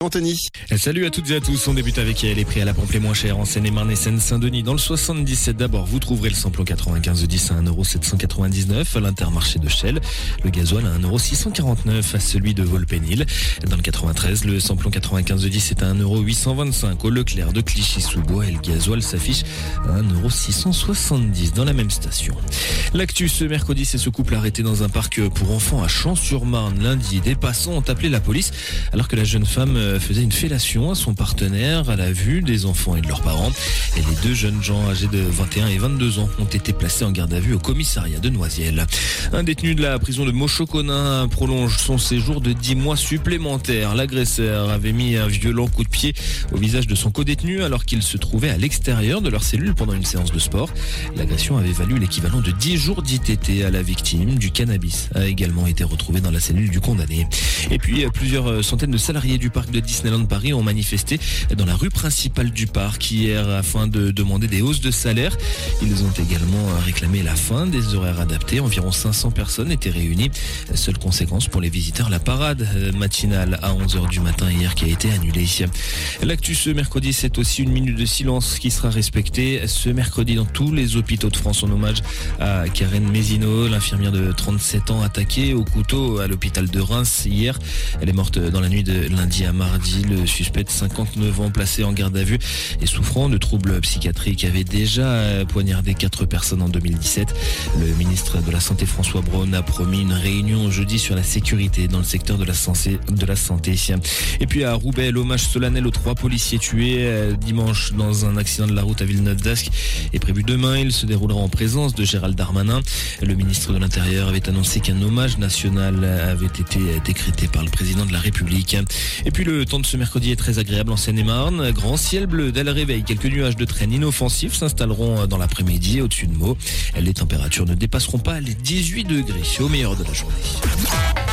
Anthony. Salut à toutes et à tous, on débute avec les prix à la pompe les moins chers en Seine-et-Marne et Seine-Saint-Denis. Dans le 77 d'abord, vous trouverez le samplon 95 de 10 à 1,799 € à l'Intermarché de Chelles. Le gasoil à 1,649 € à celui de Volpénil. Dans le 93, le samplon 95 de 10 est à 1,825 € au Leclerc de Clichy-sous-Bois et le gasoil s'affiche à 1,670 € dans la même station. L'actu ce mercredi, c'est ce couple arrêté dans un parc pour enfants à Champs-sur-Marne. Lundi, des passants ont appelé la police alors que la jeune femme faisait une fellation à son partenaire à la vue des enfants et de leurs parents. Et les deux jeunes gens âgés de 21 et 22 ans ont été placés en garde à vue au commissariat de Noisiel. Un détenu de la prison de Mochoconin prolonge son séjour de 10 mois supplémentaires. L'agresseur avait mis un violent coup de pied au visage de son codétenu alors qu'il se trouvait à l'extérieur de leur cellule pendant une séance de sport. L'agression avait valu l'équivalent de 10 jours d'ITT à la victime. Du cannabis a également été retrouvé dans la cellule du condamné. Et puis plusieurs centaines de salariés du parc de Disneyland Paris ont manifesté dans la rue principale du parc hier afin de demander des hausses de salaire. Ils ont également réclamé la fin des horaires adaptés. Environ 500 personnes étaient réunies. Seule conséquence pour les visiteurs, la parade matinale à 11h du matin hier qui a été annulée. L'actu ce mercredi, c'est aussi une minute de silence qui sera respectée ce mercredi dans tous les hôpitaux de France en hommage à Karen Mézineau, l'infirmière de 37 ans attaquée au couteau à l'hôpital de Reims hier. Elle est morte dans la nuit de lundi à mardi. Le suspect de 59 ans placé en garde à vue et souffrant de troubles psychiatriques avait déjà poignardé 4 personnes en 2017. Le ministre de la Santé François Braun a promis une réunion jeudi sur la sécurité dans le secteur de la santé. Et puis à Roubaix, l'hommage solennel aux 3 policiers tués dimanche dans un accident de la route à Villeneuve-d'Ascq est prévu demain. Il se déroulera en présence de Gérald Darmanin. Le ministre de l'Intérieur avait annoncé qu'un hommage national avait été décrété par le président de la République. Et puis le temps de ce mercredi est très agréable en Seine-et-Marne. Grand ciel bleu dès le réveil. Quelques nuages de traîne inoffensifs s'installeront dans l'après-midi au-dessus de Meaux. Les températures ne dépasseront pas les 18 degrés au meilleur de la journée.